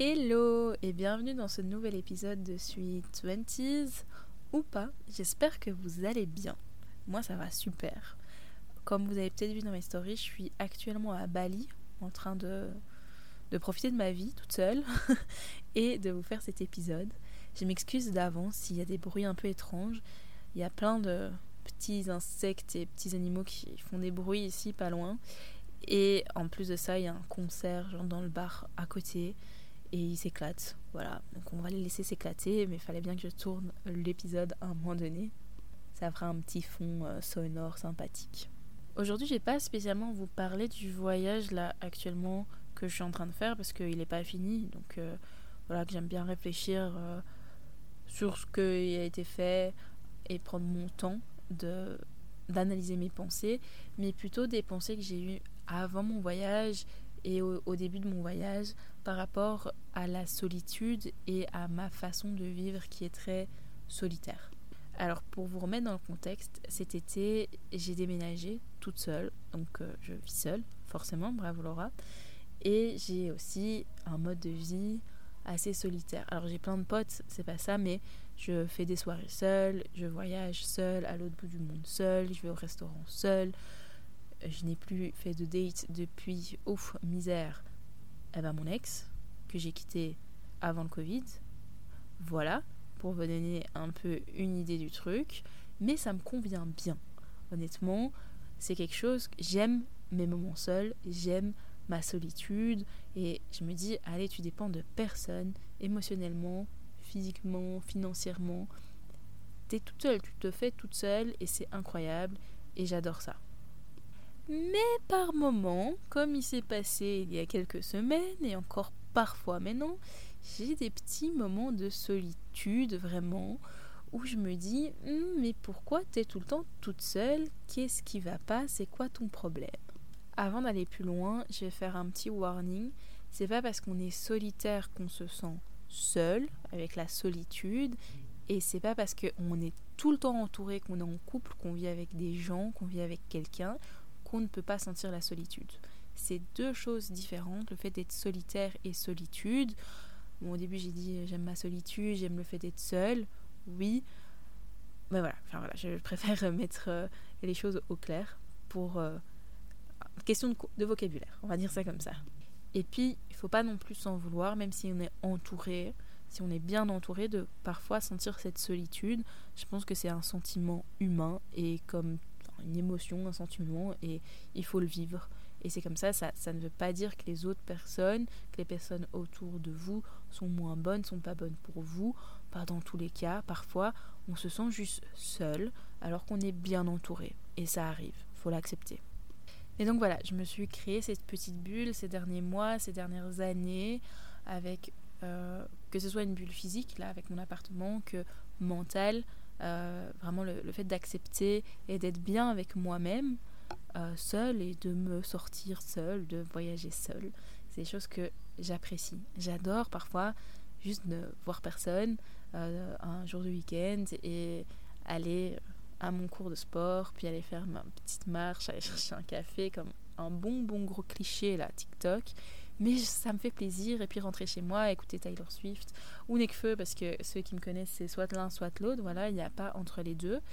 Hello et bienvenue dans ce nouvel épisode de Sweet 20s ou pas, j'espère que vous allez bien. Moi ça va super. Comme vous avez peut-être vu dans mes stories, je suis actuellement à Bali en train de profiter de ma vie toute seule et de vous faire cet épisode. Je m'excuse d'avance s'il y a des bruits un peu étranges. Il y a plein de petits insectes et petits animaux qui font des bruits ici pas loin. Et en plus de ça, il y a un concert genre dans le bar à côté. Et ils s'éclatent, voilà. Donc on va les laisser s'éclater, mais il fallait bien que je tourne l'épisode à un moment donné. Ça fera un petit fond sonore sympathique. Aujourd'hui, je vais pas spécialement vous parler du voyage là actuellement que je suis en train de faire parce qu'il n'est pas fini. Donc voilà, que j'aime bien réfléchir sur ce qui a été fait et prendre mon temps d'analyser mes pensées, mais plutôt des pensées que j'ai eues avant mon voyage et au début de mon voyage par rapport à la solitude et à ma façon de vivre qui est très solitaire. Alors pour vous remettre dans le contexte, cet été j'ai déménagé toute seule, donc je vis seule forcément, bravo Laura, et j'ai aussi un mode de vie assez solitaire. Alors j'ai plein de potes, c'est pas ça, mais je fais des soirées seule, je voyage seule à l'autre bout du monde seule, je vais au restaurant seule. Je n'ai plus fait de date depuis, misère, mon ex, que j'ai quitté avant le Covid. Voilà, pour vous donner un peu une idée du truc. Mais ça me convient bien. Honnêtement, c'est quelque chose que j'aime mes moments seuls, j'aime ma solitude. Et je me dis, allez, tu dépends de personne, émotionnellement, physiquement, financièrement. T'es toute seule, tu te fais toute seule et c'est incroyable. Et j'adore ça. Mais par moments, comme il s'est passé il y a quelques semaines, et encore parfois maintenant, j'ai des petits moments de solitude vraiment, où je me dis mais pourquoi t'es tout le temps toute seule? Qu'est-ce qui va pas? C'est quoi ton problème? Avant d'aller plus loin, je vais faire un petit warning. C'est pas parce qu'on est solitaire qu'on se sent seul, avec la solitude, et c'est pas parce qu'on est tout le temps entouré, qu'on est en couple, qu'on vit avec des gens, qu'on vit avec quelqu'un, qu'on ne peut pas sentir la solitude. C'est deux choses différentes, le fait d'être solitaire et solitude. Bon, au début j'ai dit j'aime ma solitude, j'aime le fait d'être seule, oui, mais voilà, je préfère mettre les choses au clair pour question de vocabulaire, on va dire ça comme ça. Et puis il faut pas non plus s'en vouloir, même si on est entouré, si on est bien entouré, de parfois sentir cette solitude. Je pense que c'est un sentiment humain et comme une émotion, un sentiment, et il faut le vivre. Et c'est comme ça, ça ne veut pas dire que les autres personnes, que les personnes autour de vous sont moins bonnes, sont pas bonnes pour vous. Pas dans tous les cas. Parfois, on se sent juste seul alors qu'on est bien entouré. Et ça arrive, faut l'accepter. Et donc voilà, je me suis créé cette petite bulle ces derniers mois, ces dernières années, avec que ce soit une bulle physique, là, avec mon appartement, que mentale. Vraiment le fait d'accepter et d'être bien avec moi-même seule, et de me sortir seule, de voyager seule, c'est des choses que j'apprécie. J'adore parfois juste ne voir personne un jour de week-end et aller à mon cours de sport, puis aller faire ma petite marche, aller chercher un café, comme un bon gros cliché là, TikTok. Mais ça me fait plaisir, et puis rentrer chez moi, écouter Taylor Swift ou Nekfeu, parce que ceux qui me connaissent, c'est soit l'un soit l'autre, voilà, il n'y a pas entre les deux.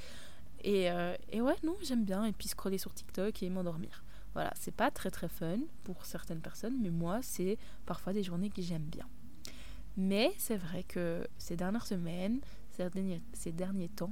Et ouais, non, j'aime bien, et puis scroller sur TikTok et m'endormir. Voilà, c'est pas très très fun pour certaines personnes, mais moi, c'est parfois des journées que j'aime bien. Mais c'est vrai que ces dernières semaines, ces derniers temps,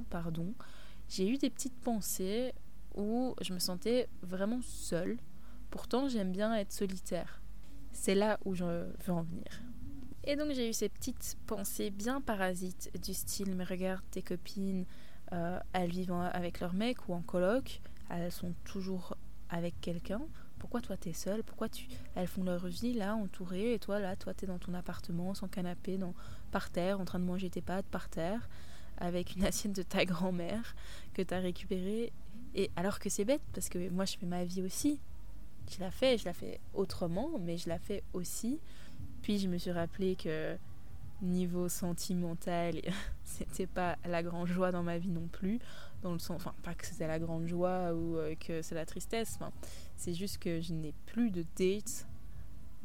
j'ai eu des petites pensées où je me sentais vraiment seule. Pourtant, j'aime bien être solitaire. C'est là où je veux en venir. Et donc j'ai eu ces petites pensées bien parasites du style mais regarde tes copines, elles vivent avec leur mec ou en coloc, elles sont toujours avec quelqu'un. Pourquoi toi t'es seule? Elles font leur vie là entourées, et toi t'es dans ton appartement sans canapé, par terre, en train de manger tes pâtes par terre, avec une assiette de ta grand-mère que t'as récupérée. Et alors que c'est bête, parce que moi je fais ma vie aussi. Je la fais autrement, mais je la fais aussi. Puis je me suis rappelé que niveau sentimental, c'était pas la grande joie dans ma vie non plus, dans le sens, enfin pas que c'était la grande joie ou que c'est la tristesse, c'est juste que je n'ai plus de dates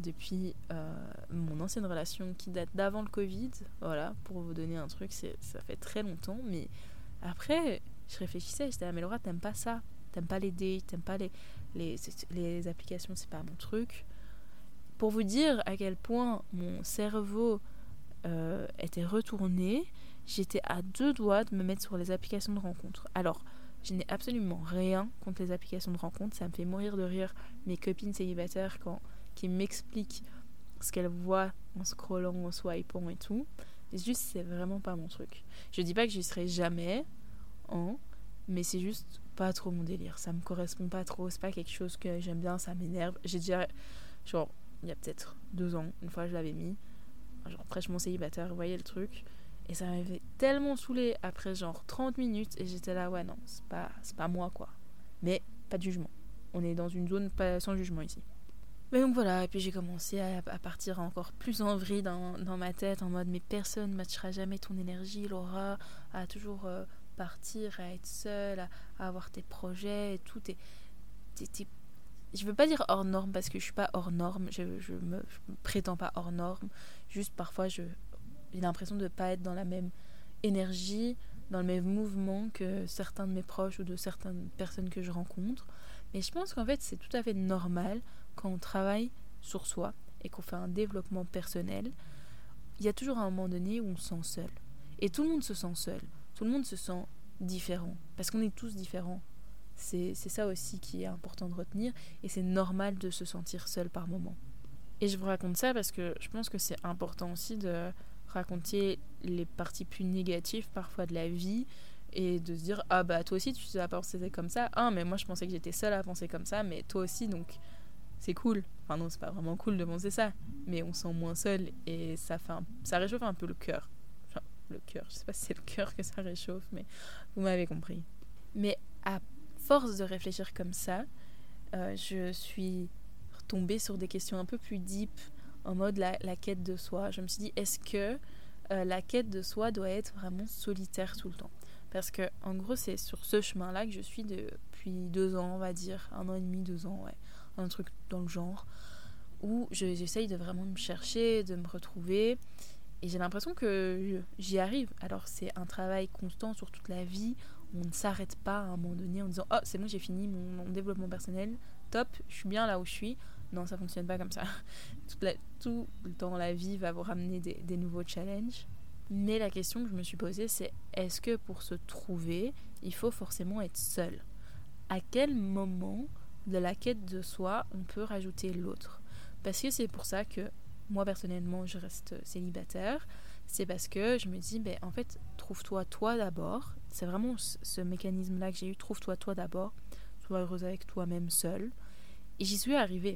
depuis mon ancienne relation qui date d'avant le Covid. Voilà, pour vous donner un truc, ça fait très longtemps. Mais après, je réfléchissais, j'étais là, mais Laura, t'aimes pas ça. T'aimes pas les dates, t'aimes pas les applications, c'est pas mon truc. Pour vous dire à quel point mon cerveau était retourné, j'étais à 2 doigts de me mettre sur les applications de rencontres. Alors, je n'ai absolument rien contre les applications de rencontres. Ça me fait mourir de rire mes copines célibataires qui m'expliquent ce qu'elles voient en scrollant, en swipant et tout. Et juste, c'est vraiment pas mon truc. Je dis pas que j'y serai jamais, mais c'est juste pas trop mon délire. Ça me correspond pas trop. C'est pas quelque chose que j'aime bien, ça m'énerve. J'ai déjà, genre, il y a peut-être 2 ans, une fois je l'avais mis, genre fraîchement célibataire, vous voyez le truc. Et ça m'avait tellement saoulée après genre 30 minutes et j'étais là, ouais non, c'est pas moi quoi. Mais pas de jugement. On est dans une zone pas sans jugement ici. Mais donc voilà, et puis j'ai commencé à partir encore plus en vrille dans ma tête, en mode mais personne ne matchera jamais ton énergie, Laura, à toujours partir, à être seule, à avoir tes projets et tout. Je veux pas dire hors norme parce que je suis pas hors norme, je me prétends pas hors norme, juste parfois j'ai l'impression de pas être dans la même énergie, dans le même mouvement que certains de mes proches ou de certaines personnes que je rencontre. Mais je pense qu'en fait c'est tout à fait normal quand on travaille sur soi et qu'on fait un développement personnel. Il y a toujours un moment donné où on se sent seul. Et tout le monde se sent seul, tout le monde se sent différent, parce qu'on est tous différents. C'est ça aussi qui est important de retenir, et c'est normal de se sentir seul par moment. Et je vous raconte ça parce que je pense que c'est important aussi de raconter les parties plus négatives parfois de la vie et de se dire ah bah toi aussi tu as pensé comme ça, ah mais moi je pensais que j'étais seule à penser comme ça, mais toi aussi, donc c'est cool. Enfin non, c'est pas vraiment cool de penser ça, mais on se sent moins seul et ça réchauffe un peu le cœur. Enfin, le cœur, je sais pas si c'est le cœur que ça réchauffe, mais vous m'avez compris. Mais à force de réfléchir comme ça, je suis tombée sur des questions un peu plus deep, en mode la quête de soi. Je me suis dit, est-ce que la quête de soi doit être vraiment solitaire tout le temps ? Parce que en gros, c'est sur ce chemin-là que je suis depuis 2 ans, on va dire, 1 an et demi, 2 ans, ouais, un truc dans le genre, où j'essaye de vraiment me chercher, de me retrouver, et j'ai l'impression que j'y arrive. Alors c'est un travail constant sur toute la vie, on ne s'arrête pas à un moment donné en disant oh c'est bon, j'ai fini mon développement personnel, top, je suis bien là où je suis. Non, ça fonctionne pas comme ça. Tout le temps, la vie va vous ramener des nouveaux challenges. Mais la question que je me suis posée, c'est est-ce que pour se trouver, il faut forcément être seul ? À quel moment de la quête de soi on peut rajouter l'autre ? Parce que c'est pour ça que moi personnellement je reste célibataire. C'est parce que je me dis en fait trouve-toi toi d'abord. C'est vraiment ce mécanisme là que j'ai eu, trouve-toi toi d'abord, sois heureuse avec toi-même seule. Et j'y suis arrivée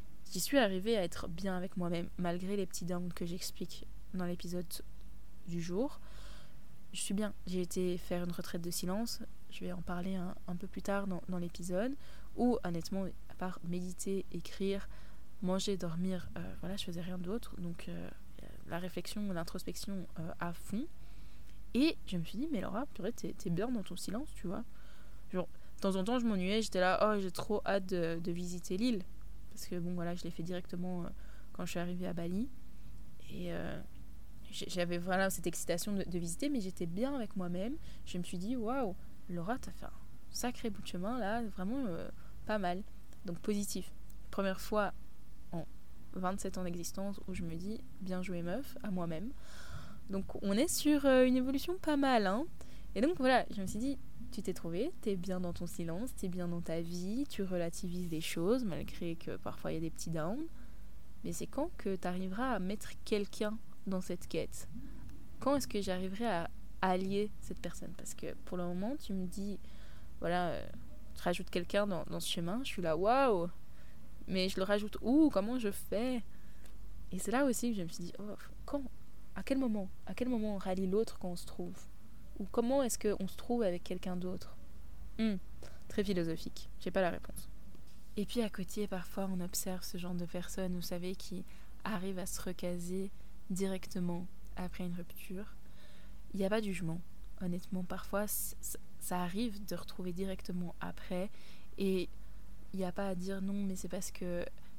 à être bien avec moi-même malgré les petits downs que j'explique dans l'épisode du jour. Je suis bien. J'ai été faire une retraite de silence, je vais en parler un peu plus tard dans l'épisode, où honnêtement à part méditer, écrire, manger, dormir, voilà, je faisais rien d'autre, donc la réflexion, l'introspection à fond. Et je me suis dit mais Laura, purée, t'es bien dans ton silence, tu vois. Genre de temps en temps je m'ennuyais, j'étais là oh j'ai trop hâte de visiter l'île, parce que bon voilà, je l'ai fait directement quand je suis arrivée à Bali, et j'avais voilà cette excitation de visiter, mais j'étais bien avec moi-même. Je me suis dit waouh Laura, t'as fait un sacré bout de chemin là, vraiment pas mal, donc positif. Première fois en 27 ans d'existence où je me dis bien joué meuf à moi-même. Donc on est sur une évolution pas mal, hein. Et donc voilà, je me suis dit tu t'es trouvé, t'es bien dans ton silence, t'es bien dans ta vie, tu relativises les choses malgré que parfois il y a des petits downs. Mais c'est quand que t'arriveras à mettre quelqu'un dans cette quête ? Quand est-ce que j'arriverai à allier cette personne ? Parce que pour le moment tu me dis voilà, tu rajoutes quelqu'un dans ce chemin, je suis là waouh, mais je le rajoute où ? Comment je fais ? Et c'est là aussi que je me suis dit oh, quand ? À quel moment on rallie l'autre quand on se trouve ? Ou comment est-ce qu'on se trouve avec quelqu'un d'autre ? Très philosophique, j'ai pas la réponse. Et puis à côté, parfois on observe ce genre de personnes, vous savez, qui arrivent à se recaser directement après une rupture. Il n'y a pas de jugement, honnêtement. Parfois ça arrive de retrouver directement après, et il n'y a pas à dire non mais c'est parce que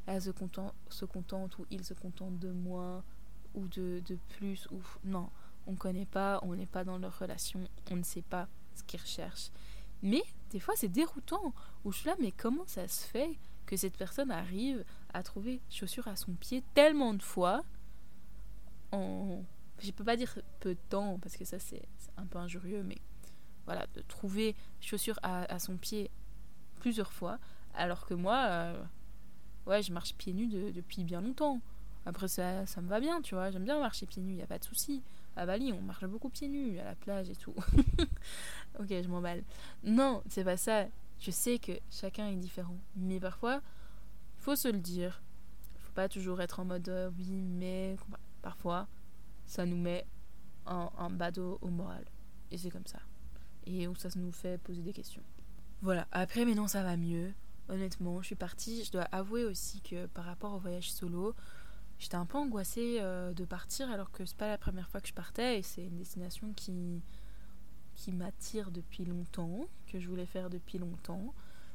elle se contente ou il se contente de moins ou de plus. Ou non, on ne connaît pas, on n'est pas dans leur relation, on ne sait pas ce qu'ils recherchent. Mais des fois, c'est déroutant. Où je suis là, mais comment ça se fait que cette personne arrive à trouver chaussures à son pied tellement de fois en... Je peux pas dire peu de temps, parce que ça, c'est un peu injurieux, mais voilà, de trouver chaussures à son pied plusieurs fois, alors que moi, ouais, je marche pieds nus depuis bien longtemps. Après, ça me va bien, tu vois, j'aime bien marcher pieds nus, y a pas de souci. À Bali, on marche beaucoup pieds nus, à la plage et tout. Ok, je m'emballe. Non, c'est pas ça. Je sais que chacun est différent. Mais parfois, il faut se le dire. Il faut pas toujours être en mode oui, mais... Parfois, ça nous met un badaud au moral. Et c'est comme ça. Et où ça nous fait poser des questions. Voilà. Après, maintenant, ça va mieux. Honnêtement, je suis partie. Je dois avouer aussi que par rapport au voyage solo, j'étais un peu angoissée de partir alors que c'est pas la première fois que je partais et c'est une destination qui m'attire depuis longtemps, que je voulais faire depuis longtemps.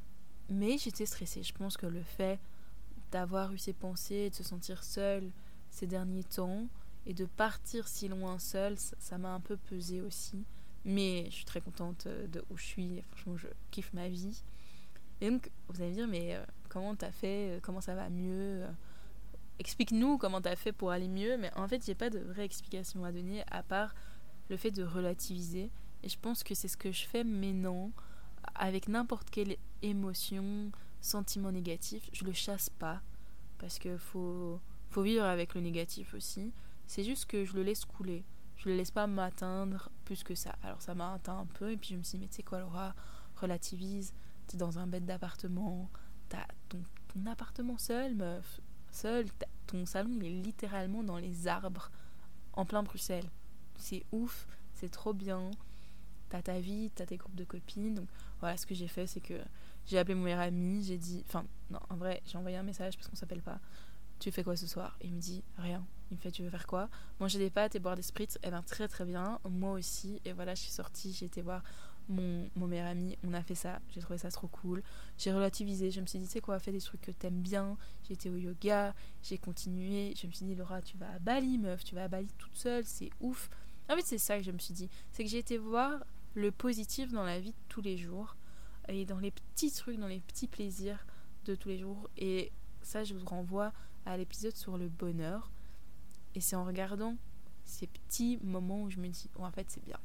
Mais j'étais stressée. Je pense que le fait d'avoir eu ces pensées, de se sentir seule ces derniers temps et de partir si loin seule, ça m'a un peu pesé aussi. Mais je suis très contente de où je suis. Franchement, je kiffe ma vie. Et donc, vous allez me dire, mais comment t'as fait? Comment ça va mieux? Explique-nous comment t'as fait pour aller mieux. Mais en fait, j'ai pas de vraie explication à donner à part le fait de relativiser. Et je pense que c'est ce que je fais maintenant avec n'importe quelle émotion, sentiment négatif. Je le chasse pas parce que faut vivre avec le négatif aussi. C'est juste que je le laisse couler. Je le laisse pas m'atteindre plus que ça. Alors ça m'a atteint un peu et puis je me suis dit mais tu sais quoi Laura, relativise. T'es dans un bête d'appartement, t'as ton appartement seul, meuf, seul. Ton salon il est littéralement dans les arbres en plein Bruxelles. C'est ouf, c'est trop bien. T'as ta vie, t'as tes groupes de copines. Donc voilà, ce que j'ai fait, c'est que j'ai appelé mon meilleur ami, j'ai dit... Enfin, non, en vrai, j'ai envoyé un message parce qu'on s'appelle pas. Tu fais quoi ce soir? Il me dit rien. Il me fait tu veux faire quoi? Manger des pâtes et boire des spritz. Eh ben très très bien. Moi aussi. Et voilà, je suis sortie, j'ai été voir mon meilleur ami. On a fait ça. J'ai trouvé ça trop cool. J'ai relativisé. Je me suis dit, tu sais quoi, fais des trucs que t'aimes bien. J'ai été au yoga. J'ai continué. Je me suis dit, Laura, tu vas à Bali, meuf. Tu vas à Bali toute seule. C'est ouf. En fait, c'est ça que je me suis dit. C'est que j'ai été voir le positif dans la vie de tous les jours. Et dans les petits trucs, dans les petits plaisirs de tous les jours. Et ça, je vous renvoie à l'épisode sur le bonheur. Et c'est en regardant ces petits moments où je me dis oh, en fait c'est bien,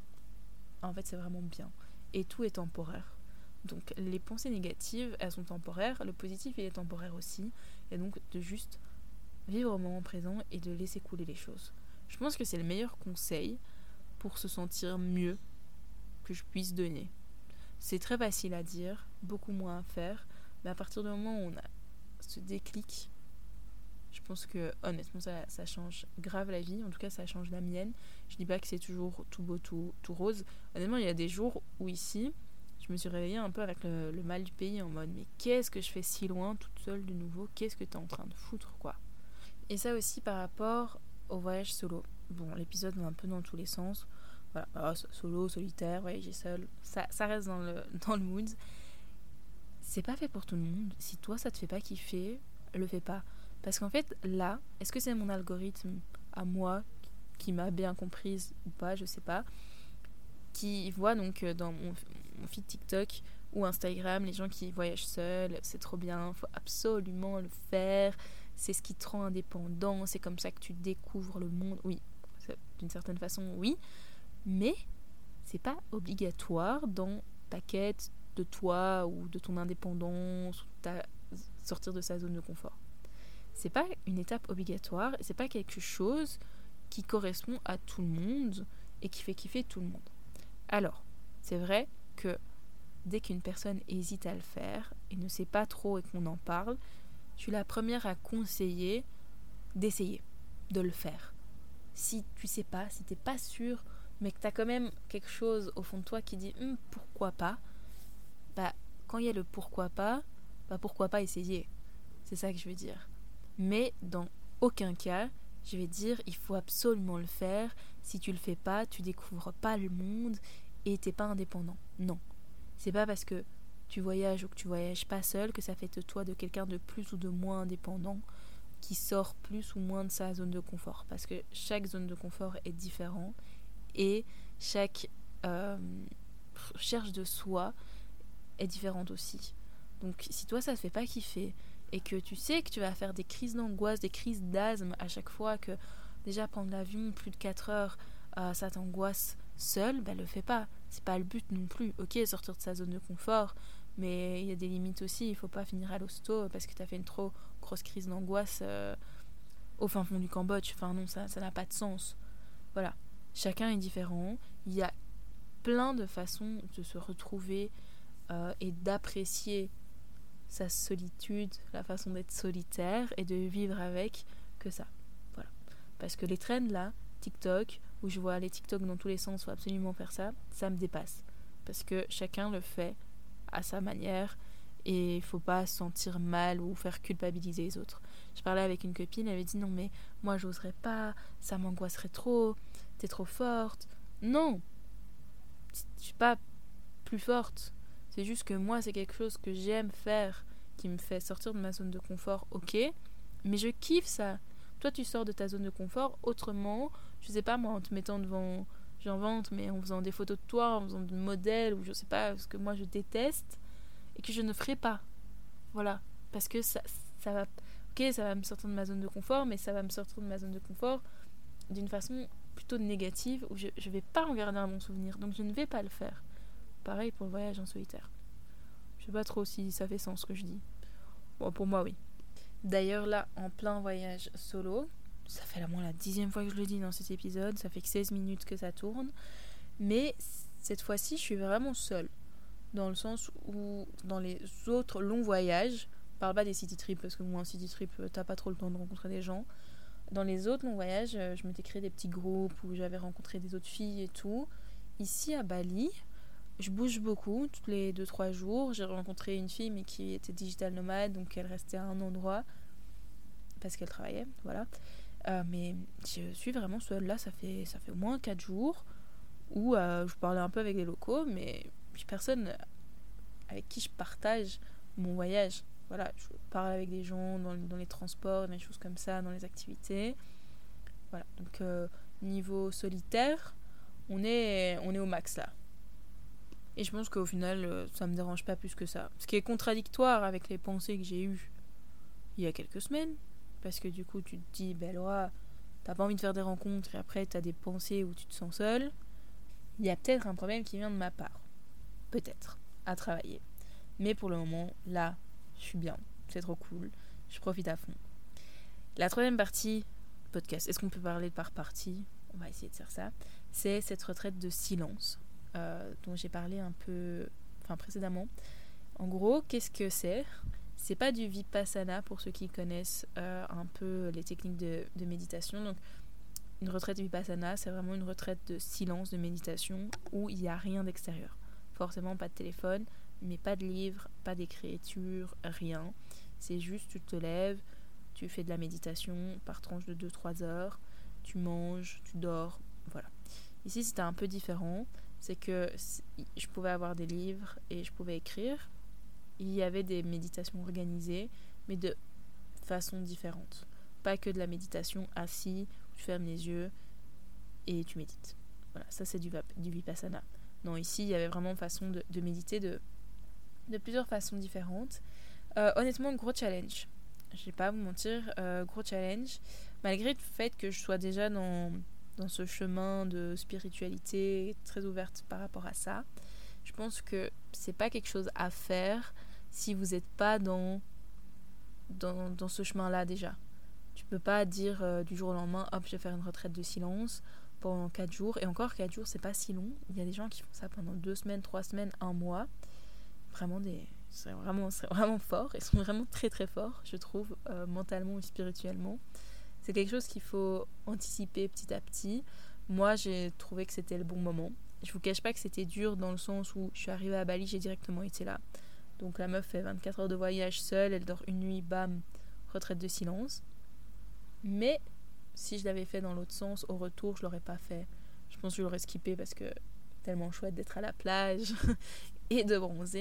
en fait c'est vraiment bien, et tout est temporaire. Donc les pensées négatives elles sont temporaires, le positif il est temporaire aussi, et donc de juste vivre au moment présent et de laisser couler les choses. Je pense que c'est le meilleur conseil pour se sentir mieux que je puisse donner. C'est très facile à dire, beaucoup moins à faire, mais à partir du moment où on a ce déclic, je pense que honnêtement ça change grave la vie. En tout cas ça change la mienne. Je dis pas que c'est toujours tout beau, tout rose. Honnêtement il y a des jours où ici je me suis réveillée un peu avec le mal du pays, en mode mais qu'est-ce que je fais si loin toute seule de nouveau, qu'est-ce que t'es en train de foutre quoi. Et ça aussi par rapport au voyage solo. Bon, l'épisode va un peu dans tous les sens. Voilà, alors, solo, solitaire, voyager seul, ça reste dans le mood. C'est pas fait pour tout le monde. Si toi ça te fait pas kiffer, le fais pas. Parce qu'en fait, là, est-ce que c'est mon algorithme à moi qui m'a bien comprise ou pas, je sais pas, qui voit donc dans mon feed TikTok ou Instagram les gens qui voyagent seuls, c'est trop bien, faut absolument le faire, c'est ce qui te rend indépendant, c'est comme ça que tu découvres le monde. Oui, d'une certaine façon, oui, mais c'est pas obligatoire dans ta quête de toi ou de ton indépendance, ou sortir de sa zone de confort. C'est pas une étape obligatoire et c'est pas quelque chose qui correspond à tout le monde et qui fait kiffer tout le monde. Alors, c'est vrai que dès qu'une personne hésite à le faire et ne sait pas trop et qu'on en parle, je suis la première à conseiller d'essayer, de le faire. Si tu sais pas, si t'es pas sûr, mais que t'as quand même quelque chose au fond de toi qui dit pourquoi pas, bah quand il y a le pourquoi pas essayer. C'est ça que je veux dire. Mais dans aucun cas, je vais dire il faut absolument le faire. Si tu le fais pas, tu découvres pas le monde et t'es pas indépendant. Non. C'est pas parce que tu voyages ou que tu voyages pas seul, que ça fait de toi de quelqu'un de plus ou de moins indépendant, qui sort plus ou moins de sa zone de confort. Parce que chaque zone de confort est différente et chaque recherche de soi est différente aussi. Donc si toi ça te fait pas kiffer et que tu sais que tu vas faire des crises d'angoisse, des crises d'asthme à chaque fois, que déjà prendre l'avion plus de 4 heures ça t'angoisse seul, le fais pas. C'est pas le but non plus. Ok, sortir de sa zone de confort, mais il y a des limites aussi. Il faut pas finir à l'hosto parce que t'as fait une trop grosse crise d'angoisse au fin fond du Cambodge. Enfin non, ça n'a pas de sens. Voilà. Chacun est différent. Il y a plein de façons de se retrouver et d'apprécier sa solitude, la façon d'être solitaire et de vivre avec que ça. Voilà. Parce que les trends là, TikTok, où je vois les TikTok dans tous les sens, faut absolument faire ça, ça me dépasse. Parce que chacun le fait à sa manière et il faut pas se sentir mal ou faire culpabiliser les autres. Je parlais avec une copine, elle avait dit non mais moi j'oserais pas, ça m'angoisserait trop, t'es trop forte. Non, je suis pas plus forte. C'est juste que moi c'est quelque chose que j'aime faire, qui me fait sortir de ma zone de confort, ok, mais je kiffe ça. Toi tu sors de ta zone de confort autrement, je sais pas moi, en te mettant devant, j'invente, mais en faisant des photos de toi, en faisant des modèles, ou je sais pas, ce que moi je déteste et que je ne ferai pas. Voilà, parce que ça va, ok, ça va me sortir de ma zone de confort, mais ça va me sortir de ma zone de confort d'une façon plutôt négative, où je vais pas en garder un bon souvenir, donc je ne vais pas le faire. Pareil pour le voyage en solitaire. Je sais pas trop si ça fait sens ce que je dis. Bon, pour moi oui. D'ailleurs là, en plein voyage solo, ça fait la 10e fois que je le dis dans cet épisode, ça fait que 16 minutes que ça tourne, mais cette fois-ci je suis vraiment seule. Dans le sens où dans les autres longs voyages, je parle pas des city trips parce que moi en city trip t'as pas trop le temps de rencontrer des gens. Dans les autres longs voyages, je m'étais créé des petits groupes où j'avais rencontré des autres filles et tout. Ici à Bali, je bouge beaucoup, tous les 2-3 jours. J'ai rencontré une fille mais qui était digital nomade, donc elle restait à un endroit parce qu'elle travaillait, voilà. Mais je suis vraiment seule là, ça fait au moins 4 jours où je parlais un peu avec les locaux, mais personne avec qui je partage mon voyage. Voilà, je parle avec des gens dans les transports, des choses comme ça, dans les activités. Voilà, donc niveau solitaire, on est au max là. Et je pense qu'au final, ça me dérange pas plus que ça. Ce qui est contradictoire avec les pensées que j'ai eues il y a quelques semaines. Parce que du coup, tu te dis, Laura, t'as pas envie de faire des rencontres et après t'as des pensées où tu te sens seule. Il y a peut-être un problème qui vient de ma part. Peut-être. À travailler. Mais pour le moment, là, je suis bien. C'est trop cool. Je profite à fond. La troisième partie podcast, est-ce qu'on peut parler par partie ? On va essayer de faire ça. C'est cette retraite de silence dont j'ai parlé un peu précédemment. En gros, qu'est-ce que c'est ? C'est pas du vipassana pour ceux qui connaissent un peu les techniques de méditation. Donc, une retraite vipassana, c'est vraiment une retraite de silence, de méditation où il n'y a rien d'extérieur. Forcément, pas de téléphone, mais pas de livre, pas d'écriture, rien. C'est juste, tu te lèves, tu fais de la méditation par tranche de 2-3 heures, tu manges, tu dors, voilà. Ici, c'était un peu différent. C'est que je pouvais avoir des livres et je pouvais écrire. Il y avait des méditations organisées, mais de façon différente. Pas que de la méditation assis, où tu fermes les yeux et tu médites. Voilà, ça c'est du vipassana. Non, ici, il y avait vraiment façon de méditer de plusieurs façons différentes. Honnêtement, gros challenge. Je vais pas vous mentir, gros challenge. Malgré le fait que je sois déjà dans ce chemin de spiritualité très ouverte par rapport à ça, je pense que c'est pas quelque chose à faire si vous n'êtes pas dans ce chemin-là déjà. Tu peux pas dire du jour au lendemain, hop, je vais faire une retraite de silence pendant 4 jours. Et encore, 4 jours, c'est pas si long. Il y a des gens qui font ça pendant 2 semaines, 3 semaines, 1 mois. Vraiment c'est vraiment fort. Ils sont vraiment très très forts, je trouve, mentalement et spirituellement. C'est quelque chose qu'il faut anticiper petit à petit. Moi, j'ai trouvé que c'était le bon moment. Je vous cache pas que c'était dur dans le sens où je suis arrivée à Bali, j'ai directement été là. Donc la meuf fait 24 heures de voyage seule, elle dort une nuit, bam, retraite de silence. Mais si je l'avais fait dans l'autre sens, au retour, je l'aurais pas fait. Je pense que je l'aurais skippé parce que tellement chouette d'être à la plage et de bronzer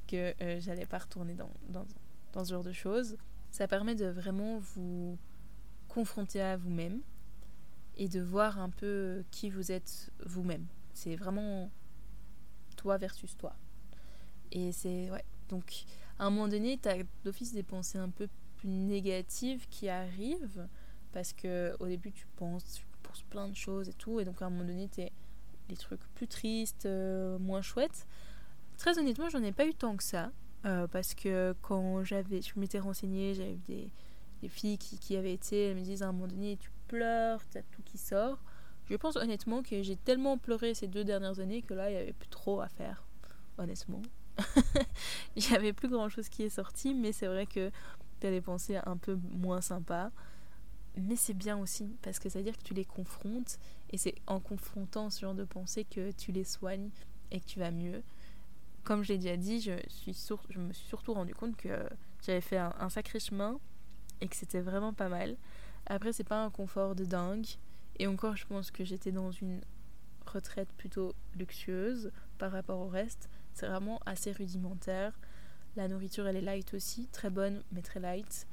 que j'allais pas retourner dans ce genre de choses. Ça permet de vraiment vous confronter à vous-même et de voir un peu qui vous êtes vous-même. C'est vraiment toi versus toi. Et c'est, ouais. Donc, à un moment donné, tu as d'office des pensées un peu plus négatives qui arrivent parce que au début, tu penses plein de choses et tout. Et donc, à un moment donné, tu es des trucs plus tristes, moins chouettes. Très honnêtement, j'en ai pas eu tant que ça. Parce que quand je m'étais renseignée, j'avais vu des filles qui avaient été, elles me disent à un moment donné, tu pleures, t'as tout qui sort. Je pense honnêtement que j'ai tellement pleuré ces 2 dernières années que là, il n'y avait plus trop à faire, honnêtement. Il n'y avait plus grand chose qui est sorti, mais c'est vrai que t'as des pensées un peu moins sympas. Mais c'est bien aussi, parce que ça veut dire que tu les confrontes, et c'est en confrontant ce genre de pensées que tu les soignes et que tu vas mieux. Comme je l'ai déjà dit, je me suis surtout rendu compte que j'avais fait un sacré chemin et que c'était vraiment pas mal. Après, c'est pas un confort de dingue. Et encore, je pense que j'étais dans une retraite plutôt luxueuse par rapport au reste. C'est vraiment assez rudimentaire. La nourriture, elle est light aussi, très bonne, mais très light.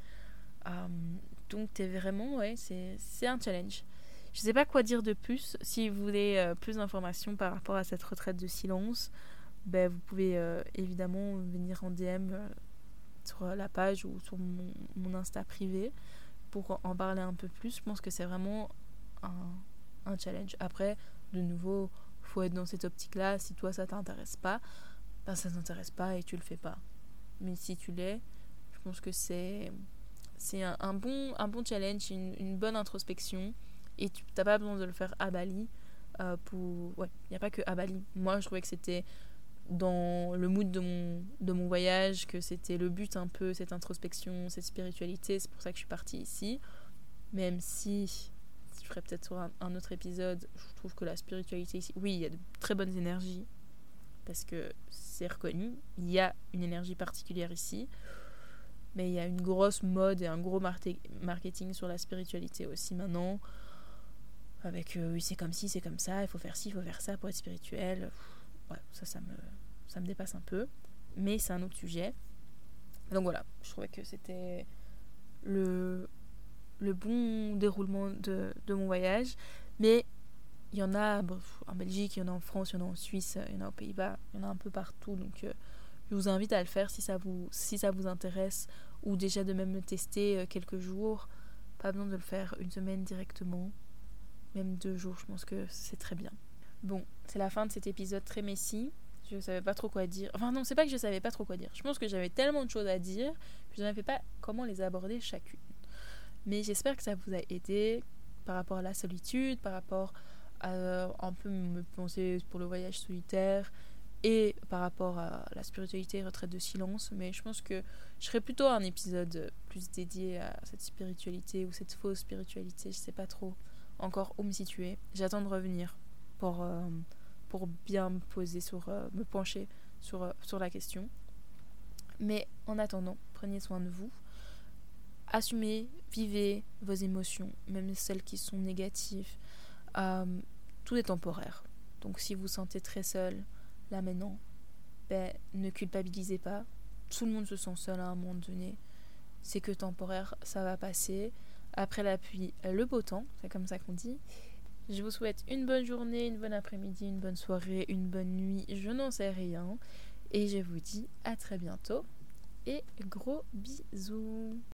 Donc, t'es vraiment, ouais, c'est un challenge. Je sais pas quoi dire de plus. Si vous voulez plus d'informations par rapport à cette retraite de silence, ben, vous pouvez évidemment venir en DM sur la page ou sur mon Insta privé pour en parler un peu plus. Je pense que c'est vraiment un challenge. Après, de nouveau, faut être dans cette optique-là. Si toi, ça t'intéresse pas, ben ça t'intéresse pas et tu le fais pas. Mais si tu l'es, je pense que c'est un bon challenge, une bonne introspection. Et tu n'as pas besoin de le faire à Bali. Ouais, il n'y a pas que à Bali. Moi, je trouvais que c'était dans le mood de mon voyage, que c'était le but un peu, cette introspection, cette spiritualité. C'est pour ça que je suis partie ici. Même si je ferai peut-être sur un autre épisode, je trouve que la spiritualité ici, oui, il y a de très bonnes énergies, parce que c'est reconnu. Il y a une énergie particulière ici, mais il y a une grosse mode et un gros marketing sur la spiritualité aussi maintenant. Avec oui, c'est comme ci, c'est comme ça, il faut faire ci, il faut faire ça pour être spirituel. Ouais, ça me dépasse un peu, mais c'est un autre sujet. Donc voilà, je trouvais que c'était le bon déroulement de mon voyage. Mais il y en a en Belgique, il y en a en France, il y en a en Suisse, il y en a aux Pays-Bas, il y en a un peu partout. Donc je vous invite à le faire si ça vous intéresse, ou déjà de même le tester quelques jours. Pas besoin de le faire une semaine directement, même 2 jours, je pense que c'est très bien. Bon, c'est la fin de cet épisode très messy. Je savais pas trop quoi dire. Enfin non, c'est pas que je savais pas trop quoi dire. Je pense que j'avais tellement de choses à dire que je ne savais pas comment les aborder chacune. Mais j'espère que ça vous a aidé par rapport à la solitude, par rapport à un peu me penser pour le voyage solitaire et par rapport à la spiritualité et retraite de silence. Mais je pense que je ferai plutôt un épisode plus dédié à cette spiritualité ou cette fausse spiritualité. Je sais pas trop encore où me situer. J'attends de revenir pour bien me pencher sur la question. Mais en attendant, prenez soin de vous. Assumez, vivez vos émotions, même celles qui sont négatives. Tout est temporaire. Donc si vous vous sentez très seul, là maintenant, ne culpabilisez pas. Tout le monde se sent seul à un moment donné. C'est que temporaire, ça va passer. Après la pluie, le beau temps, c'est comme ça qu'on dit. Je vous souhaite une bonne journée, une bonne après-midi, une bonne soirée, une bonne nuit, je n'en sais rien. Et je vous dis à très bientôt et gros bisous.